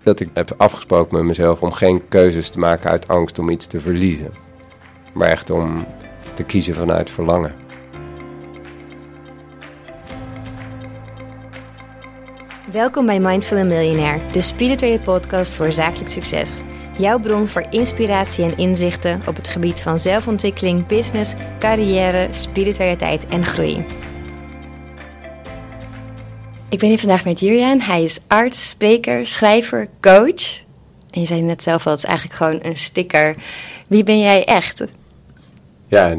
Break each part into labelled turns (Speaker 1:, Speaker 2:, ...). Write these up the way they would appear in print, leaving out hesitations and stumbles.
Speaker 1: Dat ik heb afgesproken met mezelf om geen keuzes te maken uit angst om iets te verliezen. Maar echt om te kiezen vanuit verlangen.
Speaker 2: Welkom bij Mindful & Millionaire, de spirituele podcast voor zakelijk succes. Jouw bron voor inspiratie en inzichten op het gebied van zelfontwikkeling, business, carrière, spiritualiteit en groei. Ik ben hier vandaag met Jurjan. Hij is arts, spreker, schrijver, coach. En je zei net zelf al, het is eigenlijk gewoon een sticker. Wie ben jij echt?
Speaker 1: Ja,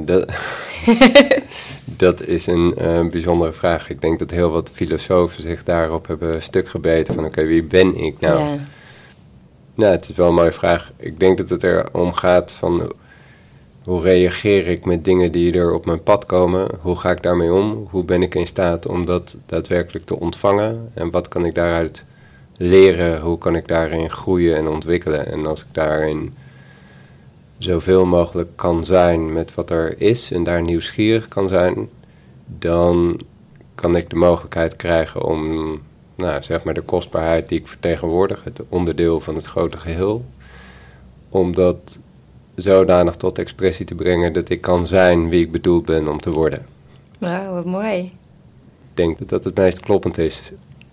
Speaker 1: dat is een bijzondere vraag. Ik denk dat heel wat filosofen zich daarop hebben stuk gebeten van oké, wie ben ik nou?
Speaker 2: Ja.
Speaker 1: Nou, het is wel een mooie vraag. Ik denk dat het erom gaat van hoe reageer ik met dingen die er op mijn pad komen? Hoe ga ik daarmee om? Hoe ben ik in staat om dat daadwerkelijk te ontvangen? En wat kan ik daaruit leren? Hoe kan ik daarin groeien en ontwikkelen? En als ik daarin zoveel mogelijk kan zijn met wat er is en daar nieuwsgierig kan zijn, dan kan ik de mogelijkheid krijgen om, zeg maar de kostbaarheid die ik vertegenwoordig, het onderdeel van het grote geheel, om dat zodanig tot expressie te brengen dat ik kan zijn wie ik bedoeld ben om te worden.
Speaker 2: Wauw, wat mooi.
Speaker 1: Ik denk dat dat het meest kloppend is.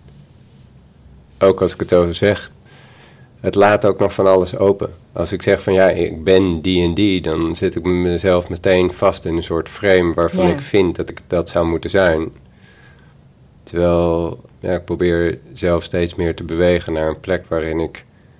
Speaker 1: Ook als ik het zo zeg, het laat ook nog van alles open. Als ik zeg van ja, ik ben die en die, dan zit ik mezelf meteen vast in een soort frame waarvan ik vind dat ik dat zou moeten zijn. Terwijl ik probeer zelf steeds meer te bewegen naar een plek waarin ik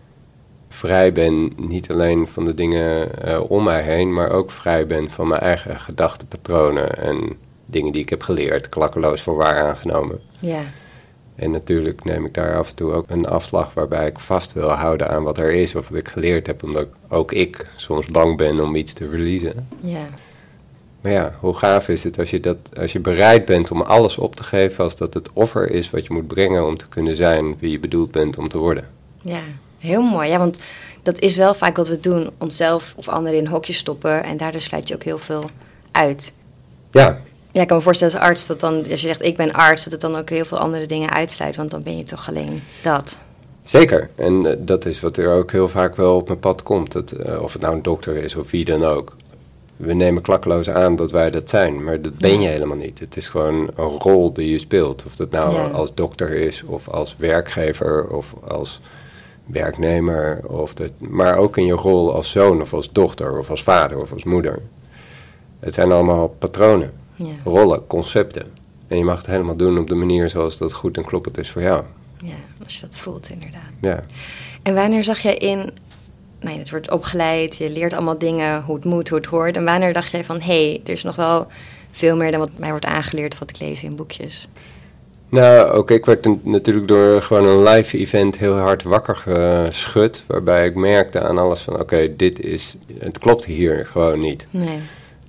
Speaker 1: vrij ben, niet alleen van de dingen om mij heen, maar ook vrij ben van mijn eigen gedachtenpatronen en dingen die ik heb geleerd, klakkeloos voor waar aangenomen.
Speaker 2: Ja.
Speaker 1: En natuurlijk neem ik daar af en toe ook een afslag waarbij ik vast wil houden aan wat er is of wat ik geleerd heb, omdat ook ik soms bang ben om iets te verliezen.
Speaker 2: Ja.
Speaker 1: Maar ja, hoe gaaf is het als je bereid bent om alles op te geven als dat het offer is wat je moet brengen om te kunnen zijn wie je bedoeld bent om te worden.
Speaker 2: Ja, heel mooi. Ja, want dat is wel vaak wat we doen, onszelf of anderen in hokjes stoppen en daardoor sluit je ook heel veel uit.
Speaker 1: Ja.
Speaker 2: Ja, ik kan me voorstellen als arts dat dan, als je zegt ik ben arts, dat het dan ook heel veel andere dingen uitsluit, want dan ben je toch alleen dat.
Speaker 1: Zeker, en dat is wat er ook heel vaak wel op mijn pad komt, of het nou een dokter is of wie dan ook. We nemen klakkeloos aan dat wij dat zijn, maar dat ben je helemaal niet. Het is gewoon een rol die je speelt, of dat nou als dokter is of als werkgever of als werknemer, maar ook in je rol als zoon of als dochter of als vader of als moeder. Het zijn allemaal patronen.
Speaker 2: Ja.
Speaker 1: Rollen, concepten. En je mag het helemaal doen op de manier zoals dat goed en kloppend is voor jou.
Speaker 2: Ja, als je dat voelt inderdaad.
Speaker 1: Ja.
Speaker 2: En wanneer zag jij het wordt opgeleid, je leert allemaal dingen, hoe het moet, hoe het hoort. En wanneer dacht jij van, er is nog wel veel meer dan wat mij wordt aangeleerd of wat ik lees in boekjes?
Speaker 1: Nou, ook ik werd natuurlijk door gewoon een live event heel hard wakker geschud. Waarbij ik merkte aan alles van, het klopt hier gewoon niet.
Speaker 2: Nee.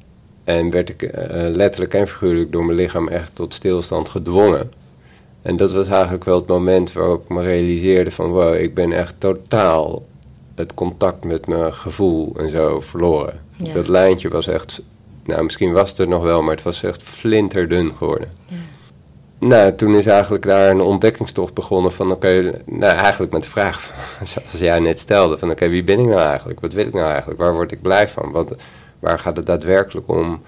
Speaker 1: En werd ik letterlijk en figuurlijk door mijn lichaam echt tot stilstand gedwongen. En dat was eigenlijk wel het moment waarop ik me realiseerde van wow, ik ben echt totaal het contact met mijn gevoel en zo verloren.
Speaker 2: Ja.
Speaker 1: Dat lijntje was echt, misschien was het er nog wel, maar het was echt flinterdun geworden.
Speaker 2: Ja.
Speaker 1: Nou, toen is eigenlijk daar een ontdekkingstocht begonnen van eigenlijk met de vraag, zoals jij net stelde, van wie ben ik nou eigenlijk? Wat wil ik nou eigenlijk? Waar word ik blij van? Waar gaat het daadwerkelijk om?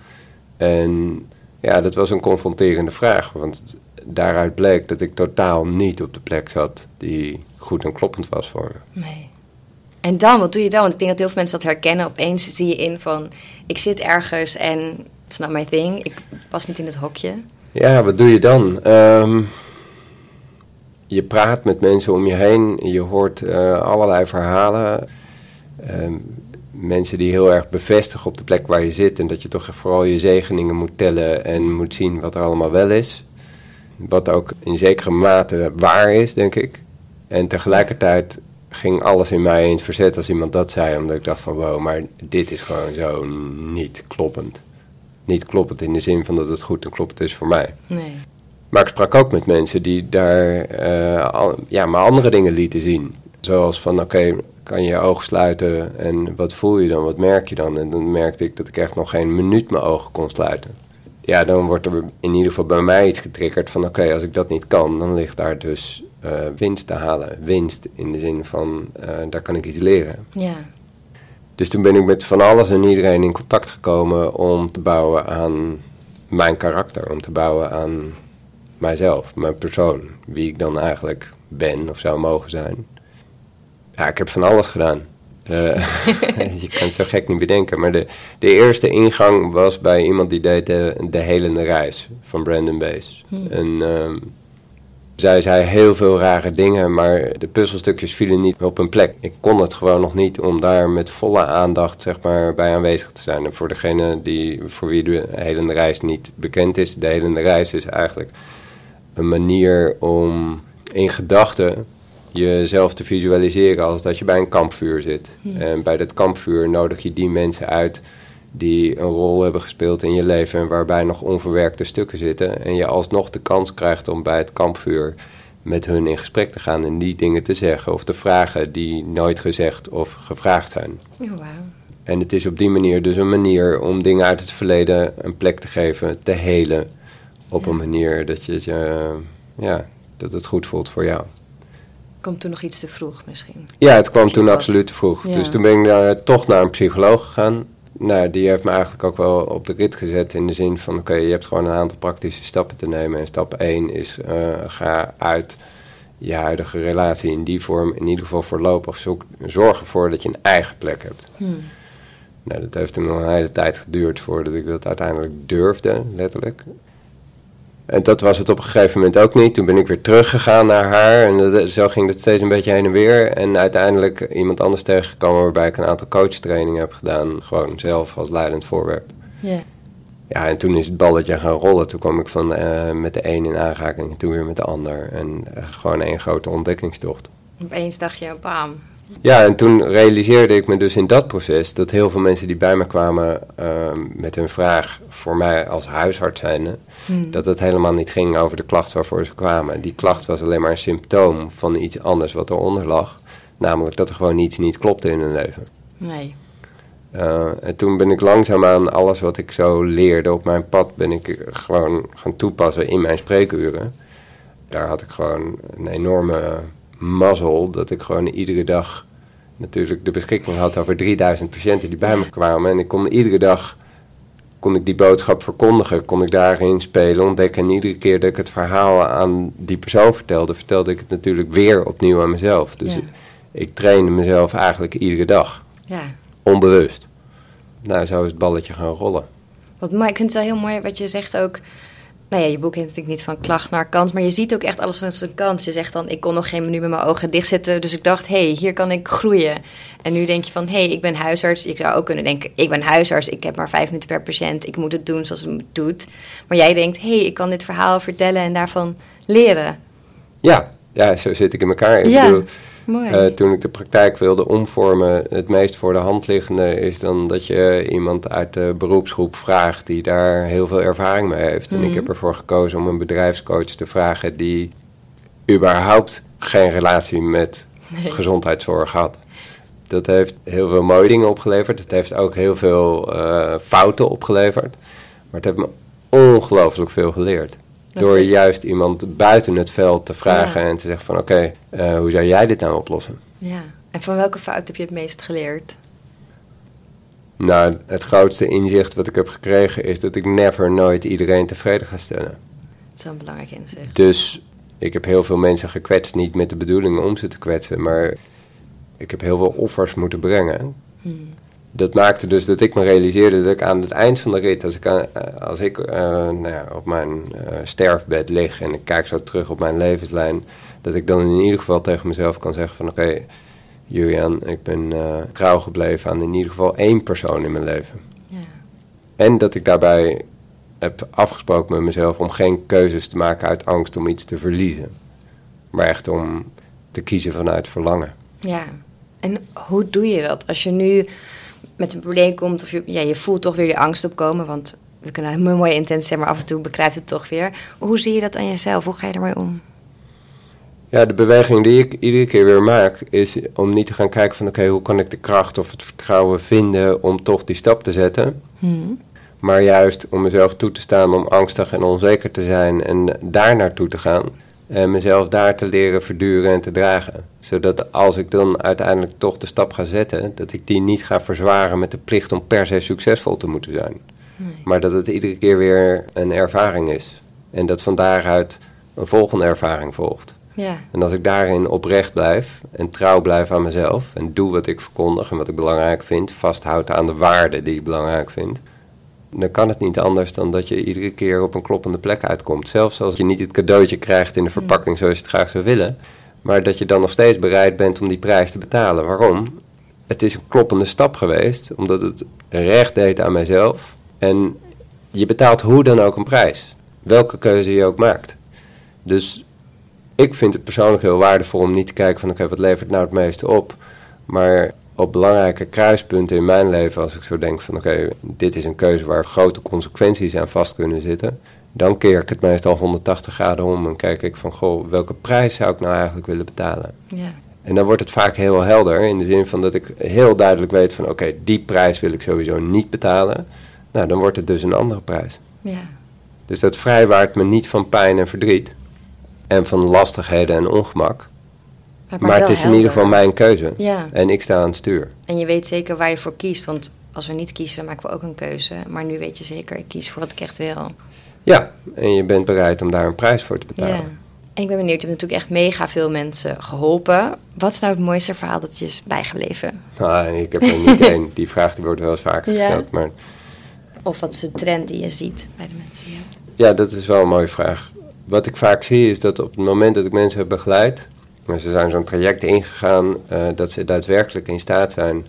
Speaker 1: En ja, dat was een confronterende vraag, want daaruit bleek dat ik totaal niet op de plek zat die goed en kloppend was voor me.
Speaker 2: Nee. En dan, wat doe je dan? Want ik denk dat heel veel mensen dat herkennen. Opeens zie je in van, ik zit ergens en it's not my thing. Ik pas niet in het hokje.
Speaker 1: Ja, wat doe je dan? Je praat met mensen om je heen. Je hoort allerlei verhalen. Mensen die heel erg bevestigen op de plek waar je zit. En dat je toch vooral je zegeningen moet tellen en moet zien wat er allemaal wel is. Wat ook in zekere mate waar is, denk ik. En tegelijkertijd ging alles in mij in het verzet als iemand dat zei. Omdat ik dacht van wow, maar dit is gewoon zo niet kloppend. Niet kloppend in de zin van dat het goed en kloppend is voor mij.
Speaker 2: Nee.
Speaker 1: Maar ik sprak ook met mensen die daar maar andere dingen lieten zien. Zoals van kan je je ogen sluiten en wat voel je dan, wat merk je dan? En dan merkte ik dat ik echt nog geen minuut mijn ogen kon sluiten. ja, dan wordt er in ieder geval bij mij iets getriggerd van oké, als ik dat niet kan, dan ligt daar dus winst te halen. Winst in de zin van, daar kan ik iets leren.
Speaker 2: Ja.
Speaker 1: Dus toen ben ik met van alles en iedereen in contact gekomen om te bouwen aan mijn karakter. Om te bouwen aan mijzelf, mijn persoon. Wie ik dan eigenlijk ben of zou mogen zijn. Ja, ik heb van alles gedaan. Je kan het zo gek niet bedenken. Maar de eerste ingang was bij iemand die deed de helende reis van Brandon Bass. En zij zei heel veel rare dingen, maar de puzzelstukjes vielen niet op hun plek. Ik kon het gewoon nog niet om daar met volle aandacht zeg maar, bij aanwezig te zijn. En voor degene voor wie de helende reis niet bekend is, de helende reis is eigenlijk een manier om in gedachten jezelf te visualiseren als dat je bij een kampvuur zit. En bij dat kampvuur nodig je die mensen uit die een rol hebben gespeeld in je leven en waarbij nog onverwerkte stukken zitten. En je alsnog de kans krijgt om bij het kampvuur met hun in gesprek te gaan en die dingen te zeggen of te vragen die nooit gezegd of gevraagd zijn.
Speaker 2: Oh, wow.
Speaker 1: En het is op die manier dus een manier om dingen uit het verleden een plek te geven, te helen. Op een manier dat het goed voelt voor jou.
Speaker 2: Komt toen nog iets te vroeg misschien?
Speaker 1: Ja, het kwam toen absoluut te vroeg.
Speaker 2: Ja.
Speaker 1: Dus toen ben ik toch naar een psycholoog gegaan. Nou, die heeft me eigenlijk ook wel op de rit gezet in de zin van oké, je hebt gewoon een aantal praktische stappen te nemen. En stap 1 is ga uit je huidige relatie in die vorm, in ieder geval voorlopig, zorg ervoor dat je een eigen plek hebt. Nou, dat heeft toen nog een hele tijd geduurd voordat ik dat uiteindelijk durfde, letterlijk. En dat was het op een gegeven moment ook niet. Toen ben ik weer teruggegaan naar haar. En zo ging dat steeds een beetje heen en weer. En uiteindelijk iemand anders tegengekomen waarbij ik een aantal coachtrainingen heb gedaan. Gewoon zelf als leidend voorwerp.
Speaker 2: Yeah.
Speaker 1: Ja, en toen is het balletje gaan rollen. Toen kwam ik met de een in aanraking en toen weer met de ander. En gewoon één grote ontdekkingstocht.
Speaker 2: Opeens dacht je, bam.
Speaker 1: Ja, en toen realiseerde ik me dus in dat proces dat heel veel mensen die bij me kwamen met hun vraag voor mij als huisarts zijnde, dat het helemaal niet ging over de klacht waarvoor ze kwamen. Die klacht was alleen maar een symptoom van iets anders wat eronder lag. Namelijk dat er gewoon iets niet klopte in hun leven.
Speaker 2: Nee.
Speaker 1: En toen ben ik langzaamaan alles wat ik zo leerde op mijn pad, ben ik gewoon gaan toepassen in mijn spreekuren. Daar had ik gewoon een enorme mazzel dat ik gewoon iedere dag natuurlijk de beschikking had over 3000 patiënten die bij me kwamen. En ik kon iedere dag die boodschap verkondigen, kon ik daarin spelen, ontdekken. En iedere keer dat ik het verhaal aan die persoon vertelde ik het natuurlijk weer opnieuw aan mezelf. Dus ik trainde mezelf eigenlijk iedere dag. Ja. Onbewust. Nou, zo is het balletje gaan rollen.
Speaker 2: Wat mooi, ik vind het wel heel mooi wat je zegt ook. Nou ja, je boek heet natuurlijk niet van klacht naar kans, maar je ziet ook echt alles als een kans. Je zegt dan, ik kon nog geen minuut met mijn ogen dichtzetten, dus ik dacht, hier kan ik groeien. En nu denk je van, ik ben huisarts. Ik zou ook kunnen denken, ik ben huisarts, ik heb maar 5 minuten per patiënt, ik moet het doen zoals het doet. Maar jij denkt, ik kan dit verhaal vertellen en daarvan leren. Ja,
Speaker 1: zo zit ik in elkaar. Ik bedoel, mooi. Toen ik de praktijk wilde omvormen, het meest voor de hand liggende is dan dat je iemand uit de beroepsgroep vraagt die daar heel veel ervaring mee heeft. En ik heb ervoor gekozen om een bedrijfscoach te vragen die überhaupt geen relatie met gezondheidszorg had. Dat heeft heel veel mooie dingen opgeleverd. Het heeft ook heel veel fouten opgeleverd. Maar het heeft me ongelooflijk veel geleerd. Door juist iemand buiten het veld te vragen en te zeggen van oké, hoe zou jij dit nou oplossen?
Speaker 2: Ja, en van welke fout heb je het meest geleerd?
Speaker 1: Nou, het grootste inzicht wat ik heb gekregen is dat ik nooit iedereen tevreden ga stellen.
Speaker 2: Dat is een belangrijk inzicht.
Speaker 1: Dus ik heb heel veel mensen gekwetst, niet met de bedoeling om ze te kwetsen, maar ik heb heel veel offers moeten brengen. Dat maakte dus dat ik me realiseerde dat ik aan het eind van de rit, als ik op mijn sterfbed lig en ik kijk zo terug op mijn levenslijn, dat ik dan in ieder geval tegen mezelf kan zeggen van oké, Julian, ik ben trouw gebleven aan in ieder geval 1 persoon in mijn leven. Ja. En dat ik daarbij heb afgesproken met mezelf om geen keuzes te maken uit angst om iets te verliezen. Maar echt om te kiezen vanuit verlangen.
Speaker 2: Ja, en hoe doe je dat? Als je nu met een probleem komt of je voelt toch weer die angst opkomen, want we kunnen een mooie intentie zijn, maar af en toe bekruipt het toch weer. Hoe zie je dat aan jezelf? Hoe ga je ermee om?
Speaker 1: Ja, de beweging die ik iedere keer weer maak is om niet te gaan kijken van oké, hoe kan ik de kracht of het vertrouwen vinden om toch die stap te zetten. Maar juist om mezelf toe te staan om angstig en onzeker te zijn en daar naartoe te gaan. En mezelf daar te leren verduren en te dragen. Zodat als ik dan uiteindelijk toch de stap ga zetten, dat ik die niet ga verzwaren met de plicht om per se succesvol te moeten zijn. Nee. Maar dat het iedere keer weer een ervaring is. En dat van daaruit een volgende ervaring volgt.
Speaker 2: Ja.
Speaker 1: En als ik daarin oprecht blijf en trouw blijf aan mezelf en doe wat ik verkondig en wat ik belangrijk vind, vasthoud aan de waarden die ik belangrijk vind, dan kan het niet anders dan dat je iedere keer op een kloppende plek uitkomt. Zelfs als je niet het cadeautje krijgt in de verpakking zoals je het graag zou willen, maar dat je dan nog steeds bereid bent om die prijs te betalen. Waarom? Het is een kloppende stap geweest, omdat het recht deed aan mijzelf. En je betaalt hoe dan ook een prijs. Welke keuze je ook maakt. Dus ik vind het persoonlijk heel waardevol om niet te kijken van oké, wat levert nou het meeste op? Maar op belangrijke kruispunten in mijn leven, als ik zo denk van oké, dit is een keuze waar grote consequenties aan vast kunnen zitten, dan keer ik het meestal 180 graden om en kijk ik van goh, welke prijs zou ik nou eigenlijk willen betalen?
Speaker 2: Ja.
Speaker 1: En dan wordt het vaak heel helder in de zin van dat ik heel duidelijk weet van oké, die prijs wil ik sowieso niet betalen. Nou, dan wordt het dus een andere prijs.
Speaker 2: Ja.
Speaker 1: Dus dat vrijwaart me niet van pijn en verdriet en van lastigheden en ongemak. Maar het is in ieder geval mijn keuze.
Speaker 2: Ja.
Speaker 1: En ik sta aan het stuur.
Speaker 2: En je weet zeker waar je voor kiest. Want als we niet kiezen, dan maken we ook een keuze. Maar nu weet je zeker, ik kies voor wat ik echt wil.
Speaker 1: Ja, en je bent bereid om daar een prijs voor te betalen.
Speaker 2: Ja. En ik ben benieuwd, je hebt natuurlijk echt mega veel mensen geholpen. Wat is nou het mooiste verhaal dat je is bijgebleven?
Speaker 1: Nou, ik heb er niet één. Die vraag die wordt wel eens vaker gesteld.
Speaker 2: Ja.
Speaker 1: Maar
Speaker 2: Of wat is de trend die je ziet bij de mensen?
Speaker 1: ja, dat is wel een mooie vraag. Wat ik vaak zie is dat op het moment dat ik mensen heb begeleid, maar ze zijn zo'n traject ingegaan, dat ze daadwerkelijk in staat zijn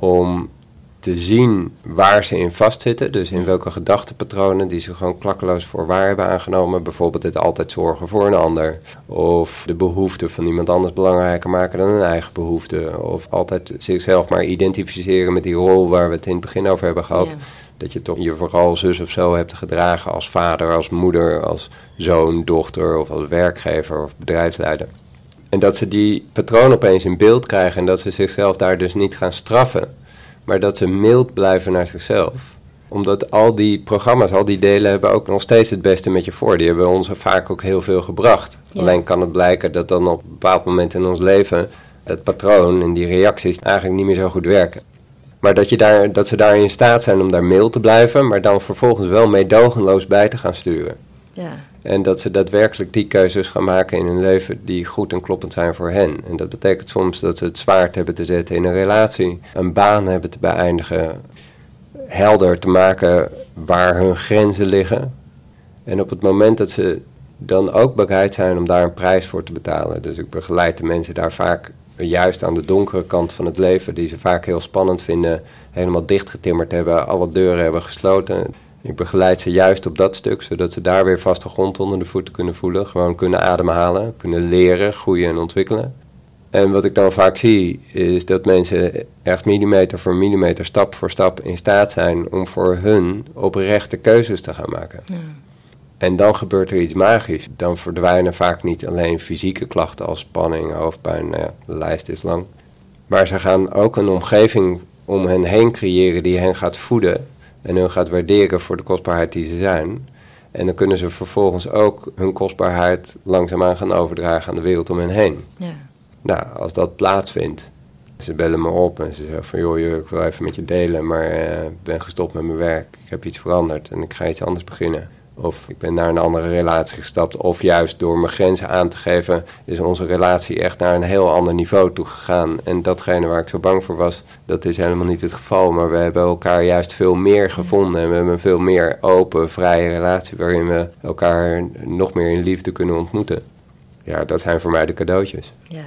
Speaker 1: om te zien waar ze in vastzitten. Dus in welke gedachtepatronen die ze gewoon klakkeloos voor waar hebben aangenomen. Bijvoorbeeld het altijd zorgen voor een ander. Of de behoeften van iemand anders belangrijker maken dan hun eigen behoeften. Of altijd zichzelf maar identificeren met die rol waar we het in het begin over hebben gehad. Ja. Dat je toch je vooral zus of zo hebt gedragen als vader, als moeder, als zoon, dochter of als werkgever of bedrijfsleider. En dat ze die patroon opeens in beeld krijgen en dat ze zichzelf daar dus niet gaan straffen. Maar dat ze mild blijven naar zichzelf. Omdat al die programma's, al die delen hebben ook nog steeds het beste met je voor. Die hebben ons vaak ook heel veel gebracht. Ja. Alleen kan het blijken dat dan op een bepaald moment in ons leven het patroon en die reacties eigenlijk niet meer zo goed werken. Maar dat ze daar in staat zijn om daar mild te blijven, maar dan vervolgens wel meedogenloos bij te gaan sturen.
Speaker 2: Ja.
Speaker 1: En dat ze daadwerkelijk die keuzes gaan maken in hun leven die goed en kloppend zijn voor hen. En dat betekent soms dat ze het zwaard hebben te zetten in een relatie, een baan hebben te beëindigen, helder te maken waar hun grenzen liggen. En op het moment dat ze dan ook bereid zijn om daar een prijs voor te betalen. Dus ik begeleid de mensen daar vaak juist aan de donkere kant van het leven, die ze vaak heel spannend vinden, helemaal dichtgetimmerd hebben, alle deuren hebben gesloten. Ik begeleid ze juist op dat stuk, zodat ze daar weer vaste grond onder de voeten kunnen voelen. Gewoon kunnen ademhalen, kunnen leren, groeien en ontwikkelen. En wat ik dan vaak zie, is dat mensen echt millimeter voor millimeter, stap voor stap in staat zijn om voor hun oprechte keuzes te gaan maken. Ja. En dan gebeurt er iets magisch. Dan verdwijnen vaak niet alleen fysieke klachten als spanning, hoofdpijn, nou ja, de lijst is lang. Maar ze gaan ook een omgeving om hen heen creëren die hen gaat voeden en hun gaat waarderen voor de kostbaarheid die ze zijn. En dan kunnen ze vervolgens ook hun kostbaarheid langzaamaan gaan overdragen aan de wereld om hen heen. Ja. Nou, als dat plaatsvindt, ze bellen me op en ze zeggen van joh, ik wil even met je delen, maar ik ben gestopt met mijn werk. Ik heb iets veranderd en ik ga iets anders beginnen. Of ik ben naar een andere relatie gestapt. Of juist door mijn grenzen aan te geven, is onze relatie echt naar een heel ander niveau toe gegaan. En datgene waar ik zo bang voor was, dat is helemaal niet het geval. Maar we hebben elkaar juist veel meer gevonden. En we hebben een veel meer open, vrije relatie waarin we elkaar nog meer in liefde kunnen ontmoeten. Ja, dat zijn voor mij de cadeautjes.
Speaker 2: Ja.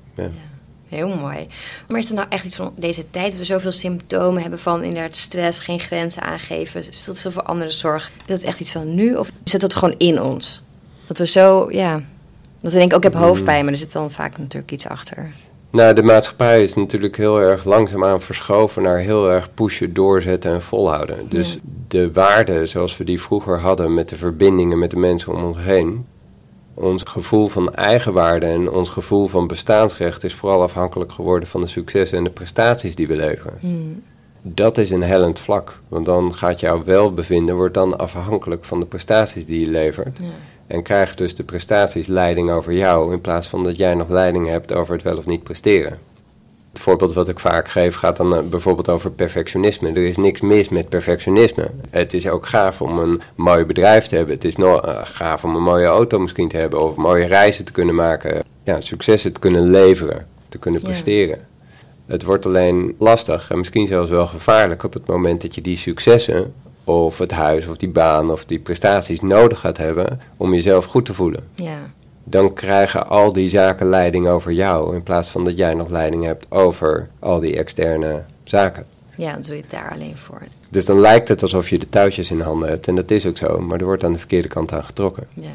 Speaker 2: Heel mooi. Maar is er nou echt iets van deze tijd, dat we zoveel symptomen hebben van inderdaad stress, geen grenzen aangeven, veel te veel voor anderen zorg. Is dat echt iets van nu of zit dat gewoon in ons? Dat we zo, ja, dat we denken, ik heb hoofdpijn, maar er zit dan vaak natuurlijk iets achter.
Speaker 1: Nou, de maatschappij is natuurlijk heel erg langzaamaan verschoven naar heel erg pushen, doorzetten en volhouden. Dus de waarden zoals we die vroeger hadden met de verbindingen met de mensen om ons heen, ons gevoel van eigenwaarde en ons gevoel van bestaansrecht is vooral afhankelijk geworden van de successen en de prestaties die we leveren. dat is een hellend vlak. Want dan gaat jouw welbevinden, wordt dan afhankelijk van de prestaties die je levert. Ja. En krijgen dus de prestaties leiding over jou, in plaats van dat jij nog leiding hebt over het wel of niet presteren. Het voorbeeld wat ik vaak geef gaat dan bijvoorbeeld over perfectionisme. Er is niks mis met perfectionisme. Het is ook gaaf om een mooi bedrijf te hebben. Het is gaaf om een mooie auto misschien te hebben, of mooie reizen te kunnen maken. Ja, successen te kunnen leveren, te kunnen presteren. Het wordt alleen lastig en misschien zelfs wel gevaarlijk op het moment dat je die successen, of het huis, of die baan, of die prestaties nodig gaat hebben om jezelf goed te voelen.
Speaker 2: Ja.
Speaker 1: Dan krijgen al die zaken leiding over jou, in plaats van dat jij nog leiding hebt over al die externe zaken.
Speaker 2: Ja, dan doe je het daar alleen voor.
Speaker 1: Dus dan lijkt het alsof je de touwtjes in handen hebt, en dat is ook zo, maar er wordt aan de verkeerde kant aan getrokken.
Speaker 2: Ja.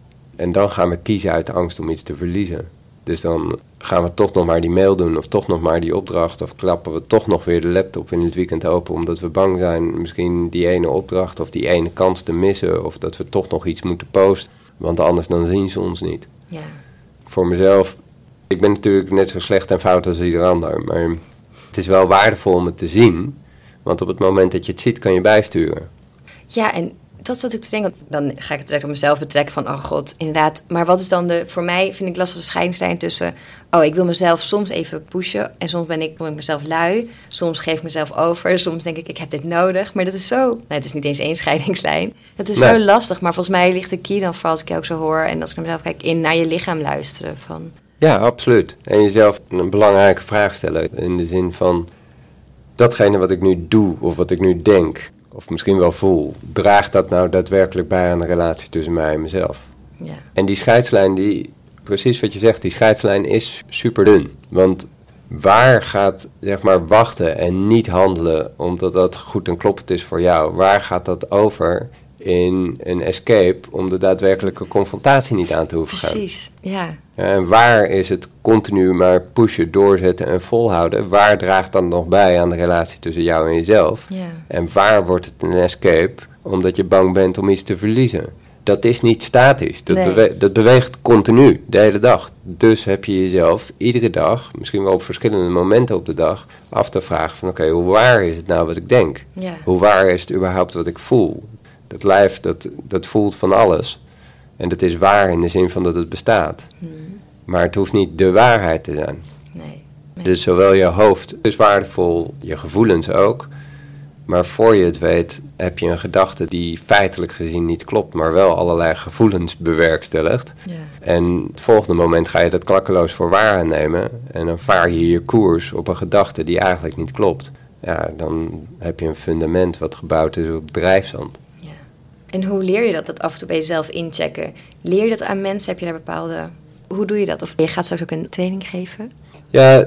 Speaker 1: En dan gaan we kiezen uit angst om iets te verliezen. Dus dan gaan we toch nog maar die mail doen, of toch nog maar die opdracht, of klappen we toch nog weer de laptop in het weekend open, omdat we bang zijn misschien die ene opdracht of die ene kans te missen, of dat we toch nog iets moeten posten, want anders dan zien ze ons niet.
Speaker 2: Ja.
Speaker 1: Voor mezelf, ik ben natuurlijk net zo slecht en fout als ieder ander, maar het is wel waardevol om het te zien, want op het moment dat je het ziet kan je bijsturen.
Speaker 2: Ja, en dat zat ik te denken, dan ga ik het direct op mezelf betrekken van, oh god, inderdaad. Maar wat is dan voor mij vind ik lastig de scheidingslijn tussen, oh, ik wil mezelf soms even pushen en soms ben ik mezelf lui. Soms geef ik mezelf over, soms denk ik heb dit nodig. Maar dat is zo, het is niet eens één scheidingslijn. Dat is zo lastig, maar volgens mij ligt de key dan vooral als ik jou ook zo hoor en als ik naar mezelf kijk, in naar je lichaam luisteren. Van.
Speaker 1: Ja, absoluut. En jezelf een belangrijke vraag stellen in de zin van, datgene wat ik nu doe of wat ik nu denk, of misschien wel voel, draagt dat nou daadwerkelijk bij aan de relatie tussen mij en mezelf?
Speaker 2: Ja.
Speaker 1: En die scheidslijn, precies wat je zegt, die scheidslijn is super dun. Want waar gaat, zeg maar, wachten en niet handelen omdat dat goed en kloppend is voor jou, waar gaat dat over in een escape om de daadwerkelijke confrontatie niet aan te hoeven gaan?
Speaker 2: Precies, ja.
Speaker 1: En waar is het continu maar pushen, doorzetten en volhouden? Waar draagt dat nog bij aan de relatie tussen jou en jezelf?
Speaker 2: Ja.
Speaker 1: En waar wordt het een escape omdat je bang bent om iets te verliezen? Dat is niet statisch. Dat beweegt continu, de hele dag. Dus heb je jezelf iedere dag, misschien wel op verschillende momenten op de dag, af te vragen van oké, hoe waar is het nou wat ik denk?
Speaker 2: Ja.
Speaker 1: Hoe waar is het überhaupt wat ik voel? Dat lijf, dat voelt van alles. En dat is waar in de zin van dat het bestaat. Maar het hoeft niet de waarheid te zijn.
Speaker 2: Nee.
Speaker 1: Dus zowel je hoofd is waardevol, je gevoelens ook. Maar voor je het weet heb je een gedachte die feitelijk gezien niet klopt, maar wel allerlei gevoelens bewerkstelligt.
Speaker 2: Ja.
Speaker 1: En het volgende moment ga je dat klakkeloos voor waar aannemen. En dan vaar je je koers op een gedachte die eigenlijk niet klopt. Ja, dan heb je een fundament wat gebouwd is op drijfzand.
Speaker 2: Ja. En hoe leer je dat af en toe bij jezelf inchecken? Leer je dat aan mensen? Heb je daar bepaalde... Hoe doe je dat? Of je gaat straks ook een training geven?
Speaker 1: Ja,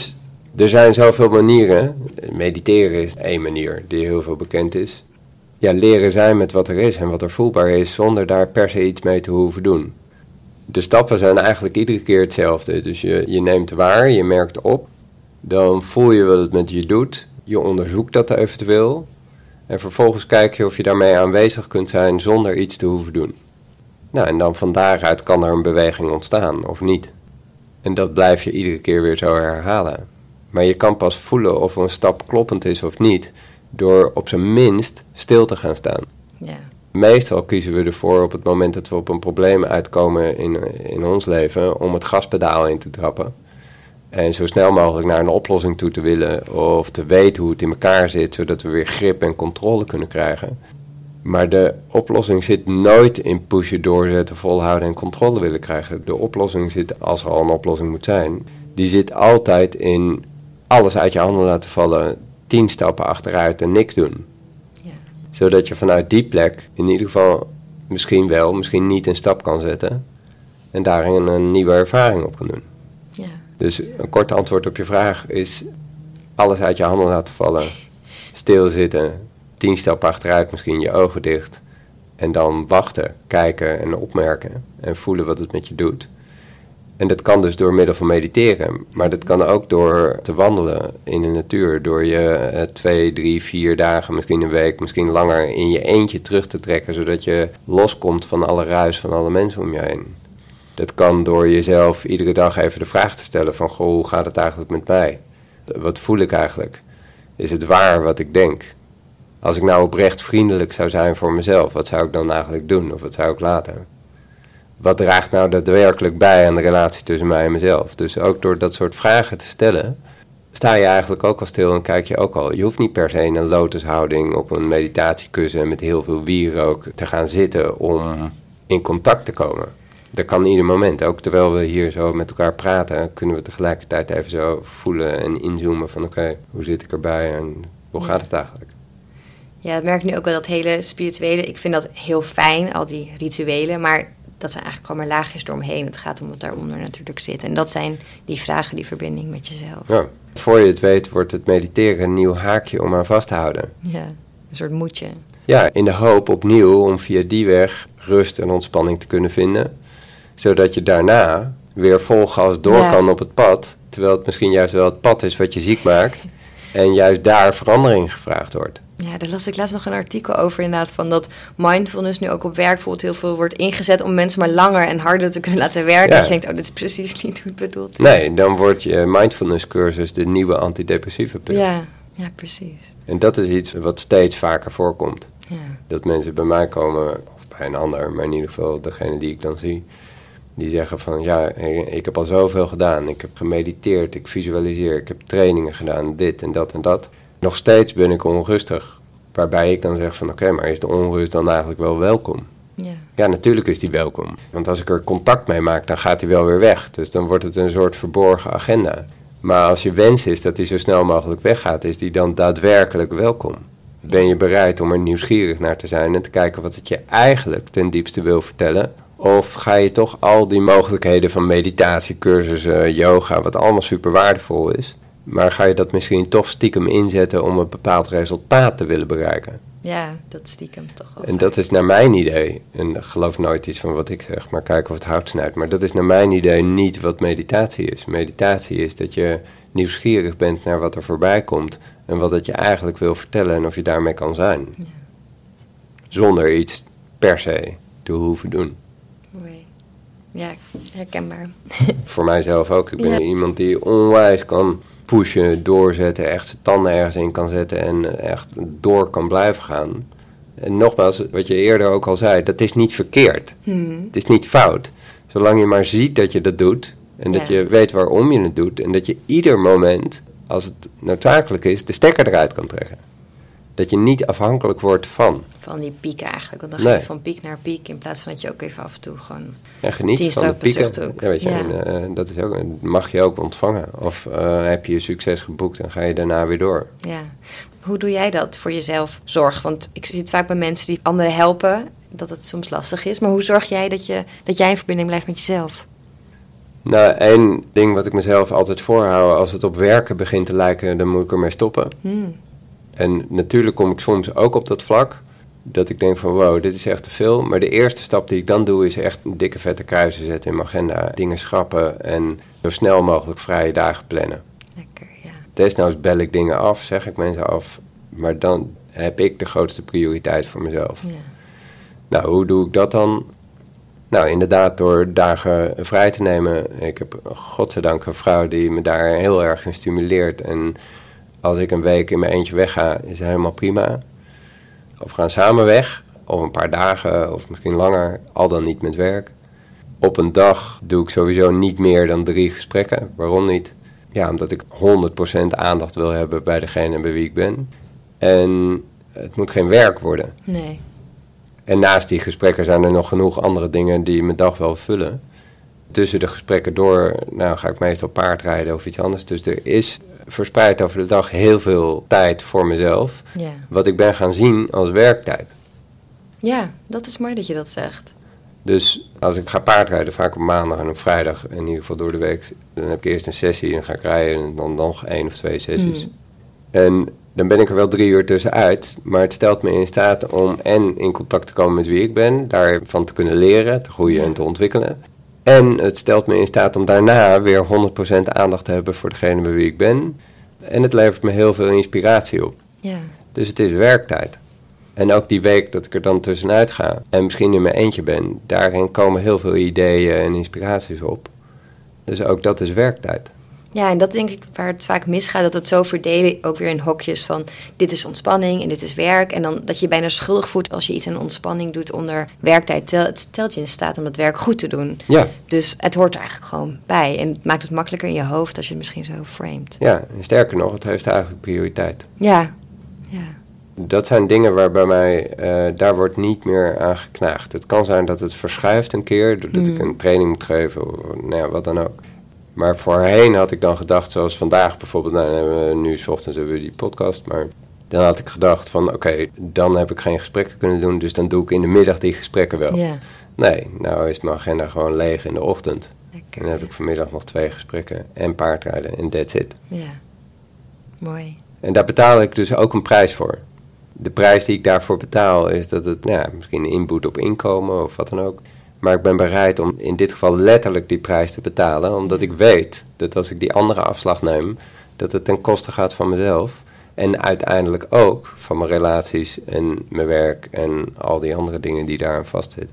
Speaker 1: er zijn zoveel manieren. Mediteren is één manier die heel veel bekend is. Ja, leren zijn met wat er is en wat er voelbaar is, zonder daar per se iets mee te hoeven doen. De stappen zijn eigenlijk iedere keer hetzelfde. Dus je neemt waar, je merkt op, dan voel je wat het met je doet. Je onderzoekt dat eventueel. En vervolgens kijk je of je daarmee aanwezig kunt zijn zonder iets te hoeven doen. Nou, en dan van daaruit kan er een beweging ontstaan, of niet. En dat blijf je iedere keer weer zo herhalen. Maar je kan pas voelen of een stap kloppend is of niet, door op zijn minst stil te gaan staan.
Speaker 2: Ja.
Speaker 1: Meestal kiezen we ervoor op het moment dat we op een probleem uitkomen in ons leven, om het gaspedaal in te trappen. En zo snel mogelijk naar een oplossing toe te willen, of te weten hoe het in elkaar zit, zodat we weer grip en controle kunnen krijgen. Maar de oplossing zit nooit in pushen, doorzetten, volhouden en controle willen krijgen. De oplossing zit, als er al een oplossing moet zijn, die zit altijd in alles uit je handen laten vallen, 10 stappen achteruit en niks doen.
Speaker 2: Ja.
Speaker 1: Zodat je vanuit die plek in ieder geval misschien wel, misschien niet een stap kan zetten en daarin een nieuwe ervaring op kan doen.
Speaker 2: Ja.
Speaker 1: Dus een kort antwoord op je vraag is alles uit je handen laten vallen, stilzitten, 10 stappen achteruit, misschien je ogen dicht. En dan wachten, kijken en opmerken en voelen wat het met je doet. En dat kan dus door middel van mediteren. Maar dat kan ook door te wandelen in de natuur. Door je 2, 3, 4 dagen, misschien een week, misschien langer in je eentje terug te trekken. Zodat je loskomt van alle ruis van alle mensen om je heen. Dat kan door jezelf iedere dag even de vraag te stellen van, goh, hoe gaat het eigenlijk met mij? Wat voel ik eigenlijk? Is het waar wat ik denk? Als ik nou oprecht vriendelijk zou zijn voor mezelf, wat zou ik dan eigenlijk doen? Of wat zou ik laten? Wat draagt nou daadwerkelijk bij aan de relatie tussen mij en mezelf? Dus ook door dat soort vragen te stellen, sta je eigenlijk ook al stil en kijk je ook al. Je hoeft niet per se in een lotushouding op een meditatiekussen met heel veel wierook te gaan zitten om in contact te komen. Dat kan ieder moment. Ook terwijl we hier zo met elkaar praten, kunnen we tegelijkertijd even zo voelen en inzoomen van oké, hoe zit ik erbij en hoe gaat het eigenlijk?
Speaker 2: Ja, dat merk ik nu ook wel, dat hele spirituele. Ik vind dat heel fijn, al die rituelen, maar dat zijn eigenlijk gewoon maar laagjes eromheen. Het gaat om wat daaronder natuurlijk zit. En dat zijn die vragen, die verbinding met jezelf.
Speaker 1: Ja, voor je het weet wordt het mediteren een nieuw haakje om aan vast te houden.
Speaker 2: Ja, een soort moedje.
Speaker 1: Ja, in de hoop opnieuw om via die weg rust en ontspanning te kunnen vinden. Zodat je daarna weer vol gas door kan op het pad. Terwijl het misschien juist wel het pad is wat je ziek maakt. En juist daar verandering gevraagd wordt.
Speaker 2: Ja, daar las ik laatst nog een artikel over inderdaad, van dat mindfulness nu ook op werk bijvoorbeeld heel veel wordt ingezet om mensen maar langer en harder te kunnen laten werken. Ja. Dat je denkt, dit is precies niet hoe het bedoeld is.
Speaker 1: Nee, dan wordt je mindfulness cursus de nieuwe antidepressieve pil.
Speaker 2: Ja, precies.
Speaker 1: En dat is iets wat steeds vaker voorkomt.
Speaker 2: Ja.
Speaker 1: Dat mensen bij mij komen, of bij een ander, maar in ieder geval degene die ik dan zie, die zeggen van ja, ik heb al zoveel gedaan. Ik heb gemediteerd, ik visualiseer, ik heb trainingen gedaan, dit en dat en dat. Nog steeds ben ik onrustig. Waarbij ik dan zeg van oké, maar is de onrust dan eigenlijk wel welkom?
Speaker 2: Ja.
Speaker 1: Ja, natuurlijk is die welkom. Want als ik er contact mee maak, dan gaat die wel weer weg. Dus dan wordt het een soort verborgen agenda. Maar als je wens is dat die zo snel mogelijk weggaat, is die dan daadwerkelijk welkom? Ben je bereid om er nieuwsgierig naar te zijn en te kijken wat het je eigenlijk ten diepste wil vertellen? Of ga je toch al die mogelijkheden van meditatie, cursussen, yoga, wat allemaal super waardevol is, maar ga je dat misschien toch stiekem inzetten om een bepaald resultaat te willen bereiken?
Speaker 2: Ja, dat stiekem toch wel.
Speaker 1: En dat is naar mijn idee, en geloof nooit iets van wat ik zeg, maar kijk of het hout snijdt. Maar dat is naar mijn idee niet wat meditatie is. Meditatie is dat je nieuwsgierig bent naar wat er voorbij komt en wat het je eigenlijk wil vertellen en of je daarmee kan zijn. Ja. Zonder iets per se te hoeven doen.
Speaker 2: Mooi. Ja, herkenbaar.
Speaker 1: Voor mijzelf ook. Ik ben iemand die onwijs kan pushen, doorzetten, echt zijn tanden ergens in kan zetten en echt door kan blijven gaan. En nogmaals, wat je eerder ook al zei, dat is niet verkeerd. Het is niet fout. Zolang je maar ziet dat je dat doet en dat je weet waarom je het doet en dat je ieder moment, als het noodzakelijk is, de stekker eruit kan trekken. Dat je niet afhankelijk wordt van
Speaker 2: die piek eigenlijk. Want dan ga je van piek naar piek in plaats van dat je ook even af en toe gewoon
Speaker 1: geniet van de pieken. Ja, weet je, en, dat is ook, mag je ook ontvangen. Of heb je succes geboekt en ga je daarna weer door.
Speaker 2: Ja. Hoe doe jij dat voor jezelf? Zorg, want ik zie het vaak bij mensen die anderen helpen, dat het soms lastig is. Maar hoe zorg jij dat jij in verbinding blijft met jezelf?
Speaker 1: Nou, één ding wat ik mezelf altijd voorhoud, als het op werken begint te lijken, dan moet ik ermee stoppen. En natuurlijk kom ik soms ook op dat vlak, dat ik denk van wow, dit is echt te veel. Maar de eerste stap die ik dan doe, is echt dikke vette kruisen zetten in mijn agenda. Dingen schrappen en zo snel mogelijk vrije dagen plannen.
Speaker 2: Lekker, ja.
Speaker 1: Desnoods bel ik dingen af, zeg ik mensen af. Maar dan heb ik de grootste prioriteit voor mezelf.
Speaker 2: Ja.
Speaker 1: Nou, hoe doe ik dat dan? Nou, inderdaad door dagen vrij te nemen. Ik heb godzijdank een vrouw die me daar heel erg in stimuleert. En als ik een week in mijn eentje wegga, is het helemaal prima. Of we gaan samen weg, of een paar dagen, of misschien langer, al dan niet met werk. Op een dag doe ik sowieso niet meer dan 3 gesprekken. Waarom niet? Ja, omdat ik 100% aandacht wil hebben bij degene bij wie ik ben. En het moet geen werk worden.
Speaker 2: Nee.
Speaker 1: En naast die gesprekken zijn er nog genoeg andere dingen die mijn dag wel vullen. Tussen de gesprekken door, ga ik meestal paardrijden of iets anders. Dus er is verspreid over de dag heel veel tijd voor mezelf.
Speaker 2: Ja. Wat ik
Speaker 1: ben gaan zien als werktijd.
Speaker 2: Ja, dat is mooi dat je dat zegt.
Speaker 1: Dus als ik ga paardrijden, vaak op maandag en op vrijdag, in ieder geval door de week, dan heb ik eerst een sessie, dan ga ik rijden en dan nog 1 of 2 sessies. En dan ben ik er wel 3 uur tussenuit, maar het stelt me in staat om en in contact te komen met wie ik ben, daarvan te kunnen leren, te groeien en te ontwikkelen. En het stelt me in staat om daarna weer 100% aandacht te hebben voor degene bij wie ik ben. En het levert me heel veel inspiratie op.
Speaker 2: Ja.
Speaker 1: Dus het is werktijd. En ook die week dat ik er dan tussenuit ga en misschien in mijn eentje ben, daarin komen heel veel ideeën en inspiraties op. Dus ook dat is werktijd.
Speaker 2: Ja, en dat denk ik waar het vaak misgaat, dat het zo verdelen ook weer in hokjes van dit is ontspanning en dit is werk. En dan dat je bijna schuldig voelt als je iets aan ontspanning doet onder werktijd. Het stelt je in staat om dat werk goed te doen.
Speaker 1: Ja.
Speaker 2: Dus het hoort er eigenlijk gewoon bij. En het maakt het makkelijker in je hoofd als je het misschien zo framed.
Speaker 1: Ja, en sterker nog, het heeft eigenlijk prioriteit.
Speaker 2: Ja.
Speaker 1: Dat zijn dingen waar bij mij, daar wordt niet meer aan geknaagd. Het kan zijn dat het verschuift een keer, doordat ik een training moet geven, of wat dan ook. Maar voorheen had ik dan gedacht, zoals vandaag bijvoorbeeld, nu 's ochtends hebben we die podcast, maar dan had ik gedacht van oké, dan heb ik geen gesprekken kunnen doen, dus dan doe ik in de middag die gesprekken wel.
Speaker 2: Ja.
Speaker 1: Nee, nou is mijn agenda gewoon leeg in de ochtend.
Speaker 2: Lekker.
Speaker 1: En dan heb ik vanmiddag nog 2 gesprekken en paardrijden en that's it.
Speaker 2: Ja, mooi.
Speaker 1: En daar betaal ik dus ook een prijs voor. De prijs die ik daarvoor betaal is dat het misschien een inboet op inkomen of wat dan ook. Maar ik ben bereid om in dit geval letterlijk die prijs te betalen. Omdat ik weet dat als ik die andere afslag neem, dat het ten koste gaat van mezelf. En uiteindelijk ook van mijn relaties en mijn werk en al die andere dingen die daaraan vastzitten.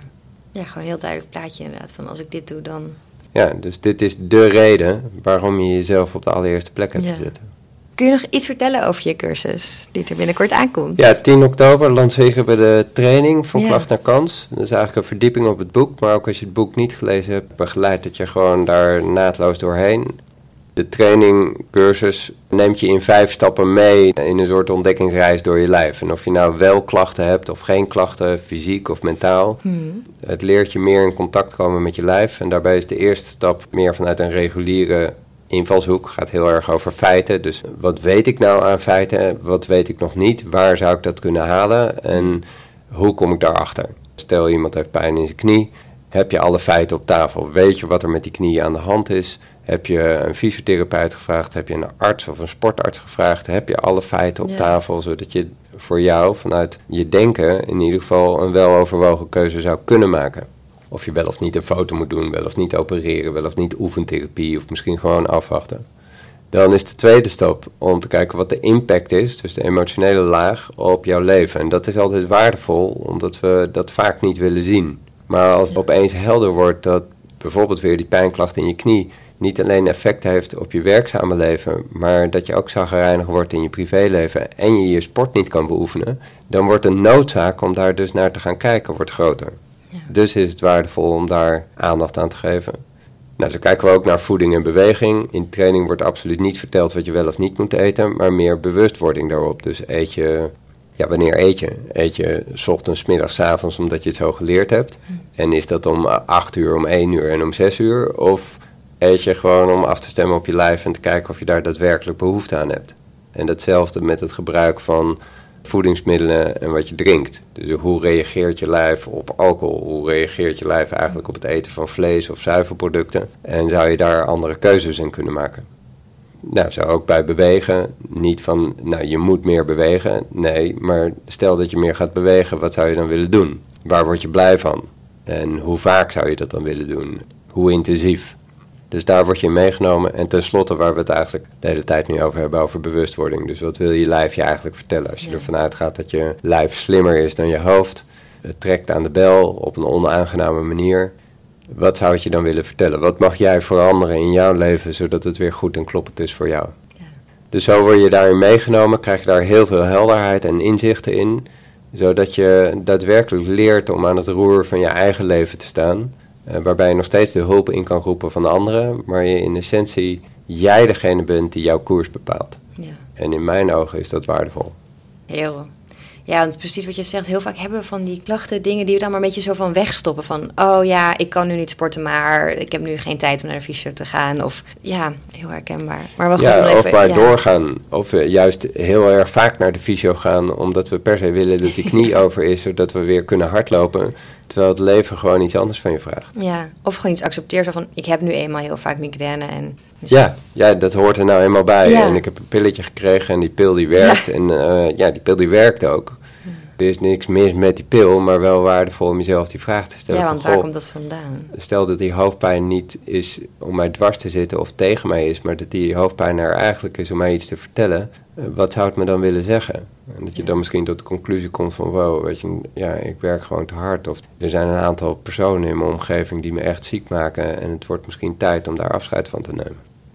Speaker 2: Ja, gewoon een heel duidelijk plaatje inderdaad. Van als ik dit doe, dan...
Speaker 1: Ja, dus dit is de reden waarom je jezelf op de allereerste plek hebt te zetten.
Speaker 2: Kun je nog iets vertellen over je cursus die er binnenkort aankomt?
Speaker 1: Ja, 10 oktober lanceren we de training van klacht naar kans. Dat is eigenlijk een verdieping op het boek. Maar ook als je het boek niet gelezen hebt, begeleid het je gewoon daar naadloos doorheen. De trainingcursus neemt je in 5 stappen mee in een soort ontdekkingsreis door je lijf. En of je nou wel klachten hebt of geen klachten, fysiek of mentaal. Het leert je meer in contact komen met je lijf. En daarbij is de eerste stap meer vanuit een reguliere invalshoek. Gaat heel erg over feiten. Dus wat weet ik nou aan feiten? Wat weet ik nog niet? Waar zou ik dat kunnen halen? En hoe kom ik daarachter? Stel iemand heeft pijn in zijn knie. Heb je alle feiten op tafel? Weet je wat er met die knie aan de hand is? Heb je een fysiotherapeut gevraagd? Heb je een arts of een sportarts gevraagd? Heb je alle feiten op tafel, zodat je voor jou vanuit je denken in ieder geval een weloverwogen keuze zou kunnen maken? Of je wel of niet een foto moet doen, wel of niet opereren, wel of niet oefentherapie of misschien gewoon afwachten. Dan is de tweede stap om te kijken wat de impact is, dus de emotionele laag, op jouw leven. En dat is altijd waardevol, omdat we dat vaak niet willen zien. Maar als het opeens helder wordt dat bijvoorbeeld weer die pijnklacht in je knie niet alleen effect heeft op je werkzame leven, maar dat je ook chagrijnig wordt in je privéleven en je sport niet kan beoefenen, dan wordt de noodzaak om daar dus naar te gaan kijken wordt groter. Ja. Dus is het waardevol om daar aandacht aan te geven. Nou, zo kijken we ook naar voeding en beweging. In training wordt absoluut niet verteld wat je wel of niet moet eten, maar meer bewustwording daarop. Dus eet je, wanneer eet je? Eet je 's ochtends, 's middags, 's avonds omdat je het zo geleerd hebt? En is dat om 8 uur, om 1 uur en om 6 uur? Of eet je gewoon om af te stemmen op je lijf en te kijken of je daar daadwerkelijk behoefte aan hebt? En datzelfde met het gebruik van voedingsmiddelen en wat je drinkt. Dus hoe reageert je lijf op alcohol? Hoe reageert je lijf eigenlijk op het eten van vlees of zuivelproducten? En zou je daar andere keuzes in kunnen maken? Nou, zo ook bij bewegen. Niet van, je moet meer bewegen. Nee, maar stel dat je meer gaat bewegen, wat zou je dan willen doen? Waar word je blij van? En hoe vaak zou je dat dan willen doen? Hoe intensief? Dus daar word je in meegenomen. En tenslotte, waar we het eigenlijk de hele tijd nu over hebben, over bewustwording. Dus wat wil je lijf je eigenlijk vertellen? Als je ervan uitgaat dat je lijf slimmer is dan je hoofd, het trekt aan de bel op een onaangename manier. Wat zou het je dan willen vertellen? Wat mag jij veranderen in jouw leven, zodat het weer goed en kloppend is voor jou? Ja. Dus zo word je daarin meegenomen, krijg je daar heel veel helderheid en inzichten in, zodat je daadwerkelijk leert om aan het roer van je eigen leven te staan. Waarbij je nog steeds de hulp in kan roepen van de anderen, maar je in essentie jij degene bent die jouw koers bepaalt. Ja. En in mijn ogen is dat waardevol.
Speaker 2: Heel. Ja, want precies wat je zegt, heel vaak hebben we van die klachten, dingen die we dan maar een beetje zo van wegstoppen. Van, oh ja, ik kan nu niet sporten, maar ik heb nu geen tijd om naar de fysio te gaan. Of ja, heel herkenbaar. Maar wel goed om even,
Speaker 1: of maar doorgaan. Of juist heel erg vaak naar de fysio gaan, omdat we per se willen dat die knie over is, zodat we weer kunnen hardlopen. Terwijl het leven gewoon iets anders van je vraagt.
Speaker 2: Ja, of gewoon iets accepteert. Zo van, ik heb nu eenmaal heel vaak migraine. En
Speaker 1: ja, dat hoort er nou eenmaal bij. Ja. En ik heb een pilletje gekregen en die pil die werkt. Ja. En die pil die werkt ook. Er is niks mis met die pil, maar wel waardevol om jezelf die vraag te stellen.
Speaker 2: Ja, want waar komt dat vandaan?
Speaker 1: Stel dat die hoofdpijn niet is om mij dwars te zitten of tegen mij is, maar dat die hoofdpijn er eigenlijk is om mij iets te vertellen. Wat zou het me dan willen zeggen? En dat je dan misschien tot de conclusie komt van, wow, weet je, ik werk gewoon te hard. Of er zijn een aantal personen in mijn omgeving die me echt ziek maken en het wordt misschien tijd om daar afscheid van te nemen.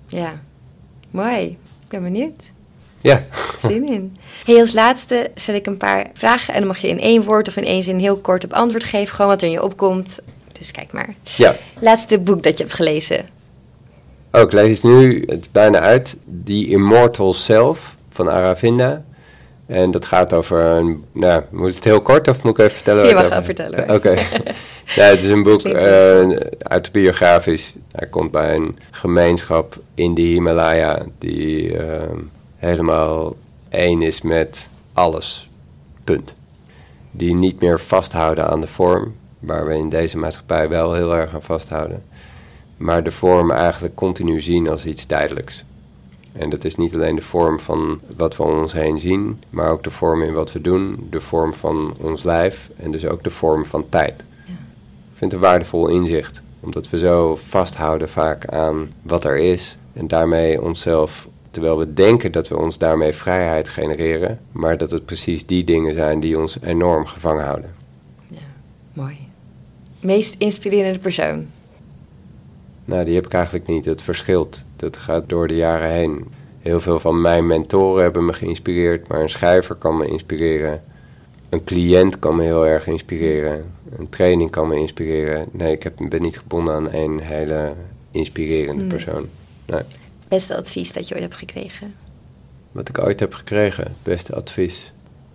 Speaker 2: Ja, mooi. Ik ben benieuwd.
Speaker 1: Ja.
Speaker 2: Zin in. Hey, als laatste stel ik een paar vragen en dan mag je in 1 woord of in 1 zin heel kort op antwoord geven. Gewoon wat er in je opkomt. Dus kijk maar.
Speaker 1: Ja.
Speaker 2: Laatste boek dat je hebt gelezen.
Speaker 1: Oh, ik lees nu, het is bijna uit, The Immortal Self van Aravinda. En dat gaat over, moet het heel kort of moet ik even vertellen?
Speaker 2: Je mag wel vertellen.
Speaker 1: Oké. Ja, het is een boek autobiografisch. Hij komt bij een gemeenschap in de Himalaya die helemaal één is met alles. Punt. Die niet meer vasthouden aan de vorm, waar we in deze maatschappij wel heel erg aan vasthouden. Maar de vorm eigenlijk continu zien als iets tijdelijks. En dat is niet alleen de vorm van wat we om ons heen zien, maar ook de vorm in wat we doen, de vorm van ons lijf en dus ook de vorm van tijd. Ja. Ik vind het een waardevol inzicht, omdat we zo vasthouden vaak aan wat er is en daarmee onszelf, terwijl we denken dat we ons daarmee vrijheid genereren, maar dat het precies die dingen zijn die ons enorm gevangen houden.
Speaker 2: Ja, mooi. Meest inspirerende persoon?
Speaker 1: Nou, die heb ik eigenlijk niet. Het verschilt. Dat gaat door de jaren heen. Heel veel van mijn mentoren hebben me geïnspireerd, maar een schrijver kan me inspireren. Een cliënt kan me heel erg inspireren. Een training kan me inspireren. Nee, ik ben niet gebonden aan één hele inspirerende persoon. Nee.
Speaker 2: Beste advies dat je ooit hebt gekregen?
Speaker 1: Wat ik ooit heb gekregen? Beste advies?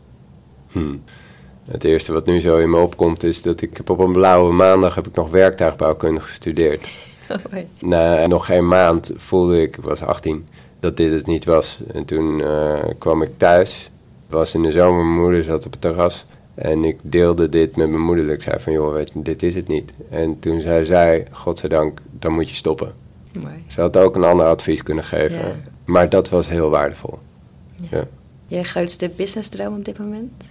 Speaker 1: Het eerste wat nu zo in me opkomt is dat ik op een blauwe maandag heb ik nog werktuigbouwkunde gestudeerd. Na nog geen maand voelde ik was 18, dat dit het niet was. En toen kwam ik thuis. Het was in de zomer, mijn moeder zat op het terras. En ik deelde dit met mijn moeder. Ik zei van, joh, weet je, dit is het niet. En toen zei zij, godzijdank, dan moet je stoppen.
Speaker 2: Mooi.
Speaker 1: Ze had ook een ander advies kunnen geven. Ja. Maar dat was heel waardevol.
Speaker 2: Ja. Ja. Je grootste businessdroom op dit moment?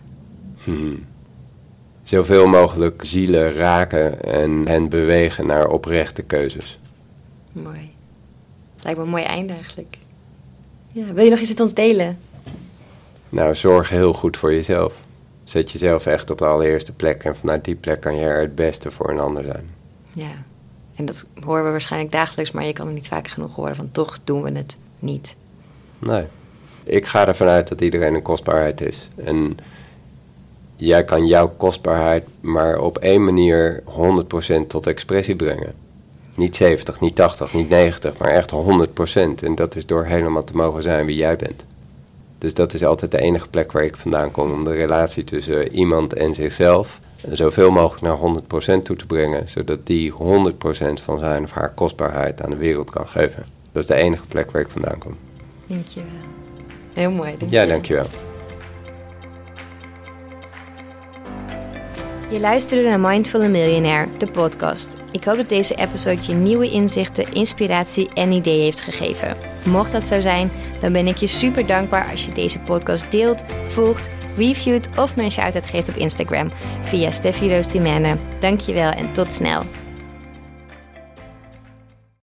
Speaker 1: Zoveel mogelijk zielen raken en hen bewegen naar oprechte keuzes.
Speaker 2: Mooi. Lijkt me een mooi einde eigenlijk. Ja, wil je nog iets met ons delen?
Speaker 1: Nou, zorg heel goed voor jezelf. Zet jezelf echt op de allereerste plek en vanuit die plek kan je er het beste voor een ander zijn.
Speaker 2: Ja, en dat horen we waarschijnlijk dagelijks, maar je kan het niet vaak genoeg horen, van toch doen we het niet.
Speaker 1: Nee, ik ga ervan uit dat iedereen een kostbaarheid is. En jij kan jouw kostbaarheid maar op één manier 100% tot expressie brengen. Niet 70, niet 80, niet 90, maar echt 100%. En dat is door helemaal te mogen zijn wie jij bent. Dus dat is altijd de enige plek waar ik vandaan kom. Om de relatie tussen iemand en zichzelf zoveel mogelijk naar 100% toe te brengen. Zodat die 100% van zijn of haar kostbaarheid aan de wereld kan geven. Dat is de enige plek waar ik vandaan kom.
Speaker 2: Dankjewel. Heel mooi, dankjewel.
Speaker 1: Ja, dankjewel.
Speaker 2: Je luisterde naar Mindful Millionaire, de podcast. Ik hoop dat deze episode je nieuwe inzichten, inspiratie en ideeën heeft gegeven. Mocht dat zo zijn, dan ben ik je super dankbaar als je deze podcast deelt, volgt, reviewt of me een shout-out geeft op Instagram via Steffi Roos Dimene. Dankjewel en tot snel.